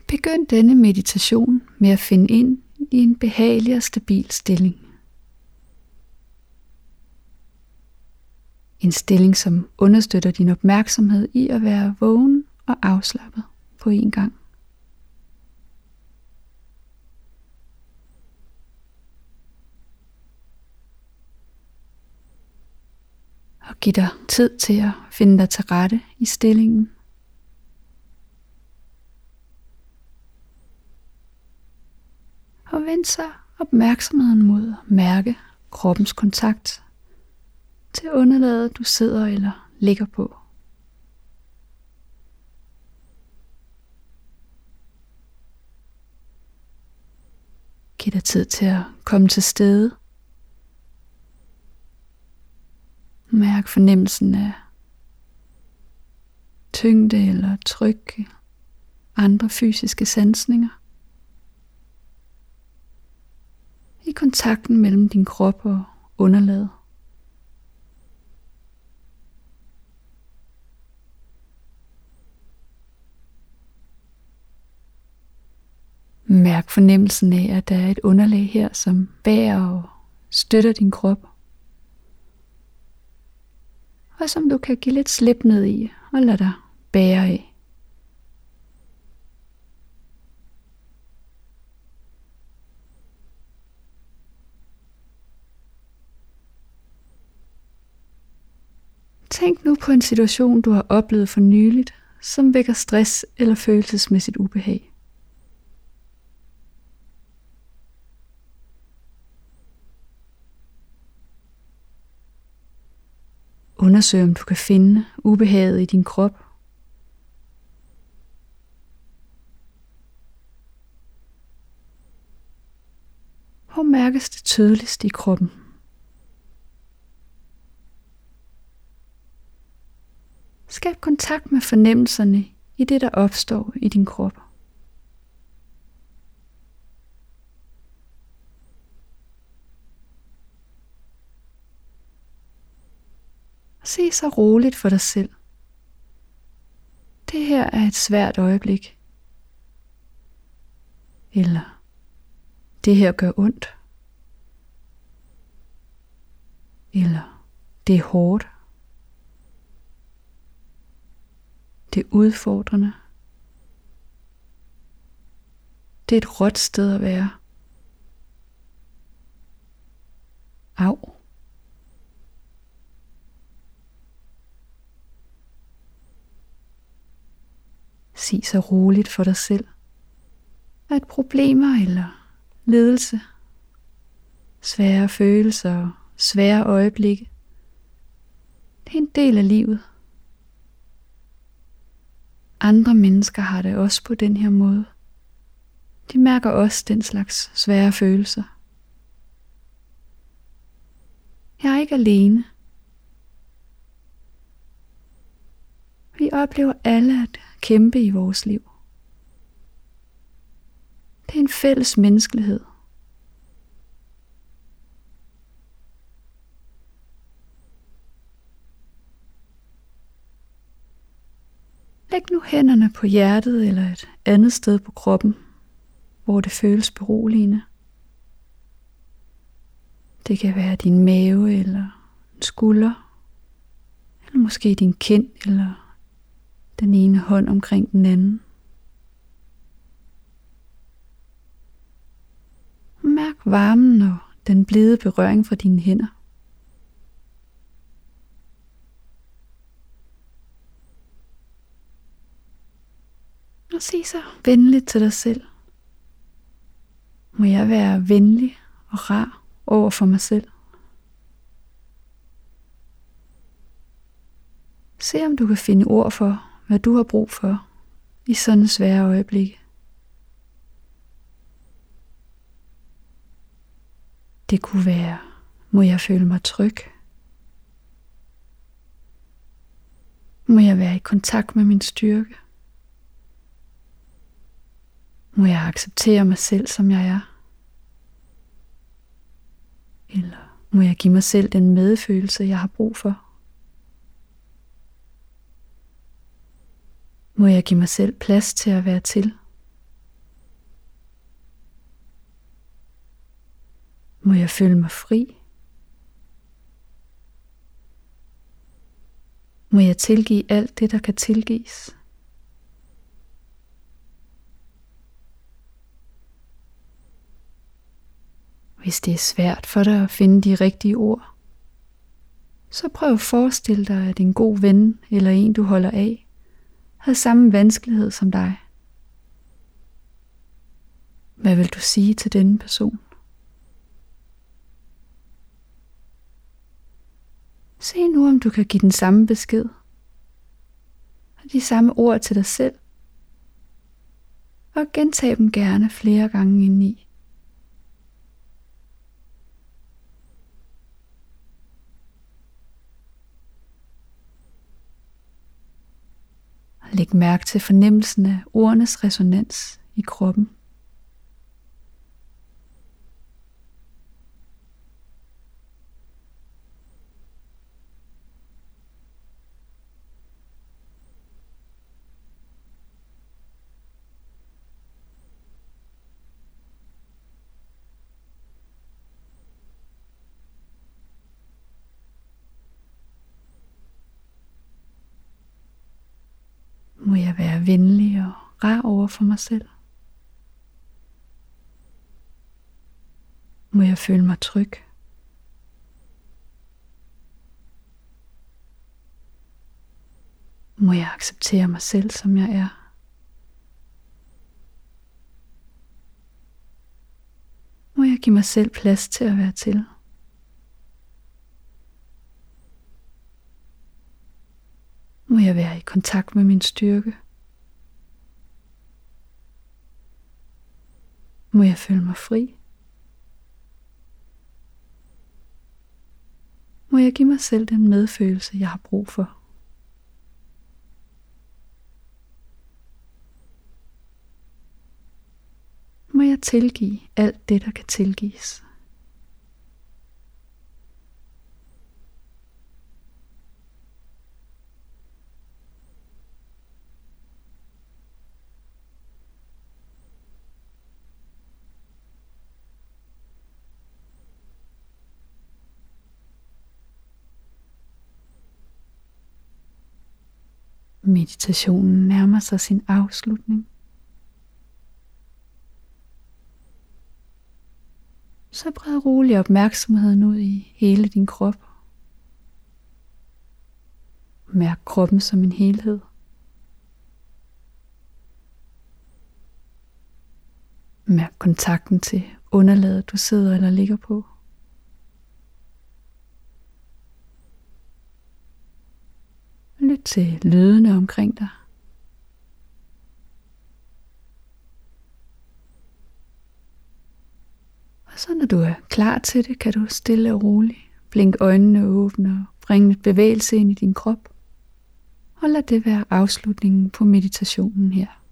Begynd denne meditation med at finde ind i en behagelig og stabil stilling. En stilling, som understøtter din opmærksomhed i at være vågen og afslappet på en gang. Og giv dig tid til at finde dig til rette i stillingen. Og vend så opmærksomheden mod at mærke kroppens kontakt til underlaget, du sidder eller ligger på. Giv dig tid til at komme til stede. Mærk fornemmelsen af tyngde eller tryk, andre fysiske sansninger. I kontakten mellem din krop og underlaget. Mærk fornemmelsen af, at der er et underlag her, som bærer og støtter din krop. Og som du kan give lidt slip ned i og lade dig bære af. Tænk nu på en situation, du har oplevet for nyligt, som vækker stress eller følelsesmæssigt ubehag. Undersøg, om du kan finde ubehaget i din krop. Hvor mærkes det tydeligst i kroppen? Skab kontakt med fornemmelserne i det, der opstår i din krop. Se så roligt for dig selv. Det her er et svært øjeblik. Eller det her gør ondt. Eller det er hårdt. Det er udfordrende. Det er et råt sted at være. Au. Sig så roligt for dig selv, at problemer eller lidelse, svære følelser og svære øjeblikke, det er en del af livet. Andre mennesker har det også på den her måde. De mærker også den slags svære følelser. Jeg er ikke alene. Vi oplever alle at kæmpe i vores liv. Det er en fælles menneskelighed. Læg nu hænderne på hjertet eller et andet sted på kroppen, hvor det føles beroligende. Det kan være din mave eller en skulder, eller måske din kind eller den ene hånd omkring den anden. Mærk varmen og den blide berøring fra dine hænder. Og sig så venligt til dig selv. Må jeg være venlig og rar over for mig selv? Se om du kan finde ord for, hvad du har brug for i sådan svære øjeblikke. Det kunne være, må jeg føle mig tryg? Må jeg være i kontakt med min styrke? Må jeg acceptere mig selv, som jeg er? Eller må jeg give mig selv den medfølelse, jeg har brug for? Må jeg give mig selv plads til at være til, Må jeg føle mig fri? Må jeg tilgive alt det, der kan tilgives? Hvis det er svært for dig at finde de rigtige ord, så prøv at forestille dig, at en god ven eller en, du holder af, havde samme vanskelighed som dig. Hvad vil du sige til denne person? Se nu, om du kan give den samme besked og de samme ord til dig selv, og gentag dem gerne flere gange indeni. Læg mærke til fornemmelsen af ordenes resonans i kroppen. Må jeg være venlig og rar over for mig selv? Må jeg føle mig tryg? Må jeg acceptere mig selv, som jeg er? Må jeg give mig selv plads til at være til? Må jeg være i kontakt med min styrke? Må jeg føle mig fri? Må jeg give mig selv den medfølelse, jeg har brug for? Må jeg tilgive alt det, der kan tilgives? Meditationen nærmer sig sin afslutning. Så bred rolig opmærksomheden ud i hele din krop. Mærk kroppen som en helhed. Mærk kontakten til underlaget, du sidder eller ligger på. Lyt til lydene omkring dig. Og så når du er klar til det, kan du stille og roligt blinke øjnene åbne og bringe lidt bevægelse ind i din krop. Og lad det være afslutningen på meditationen her.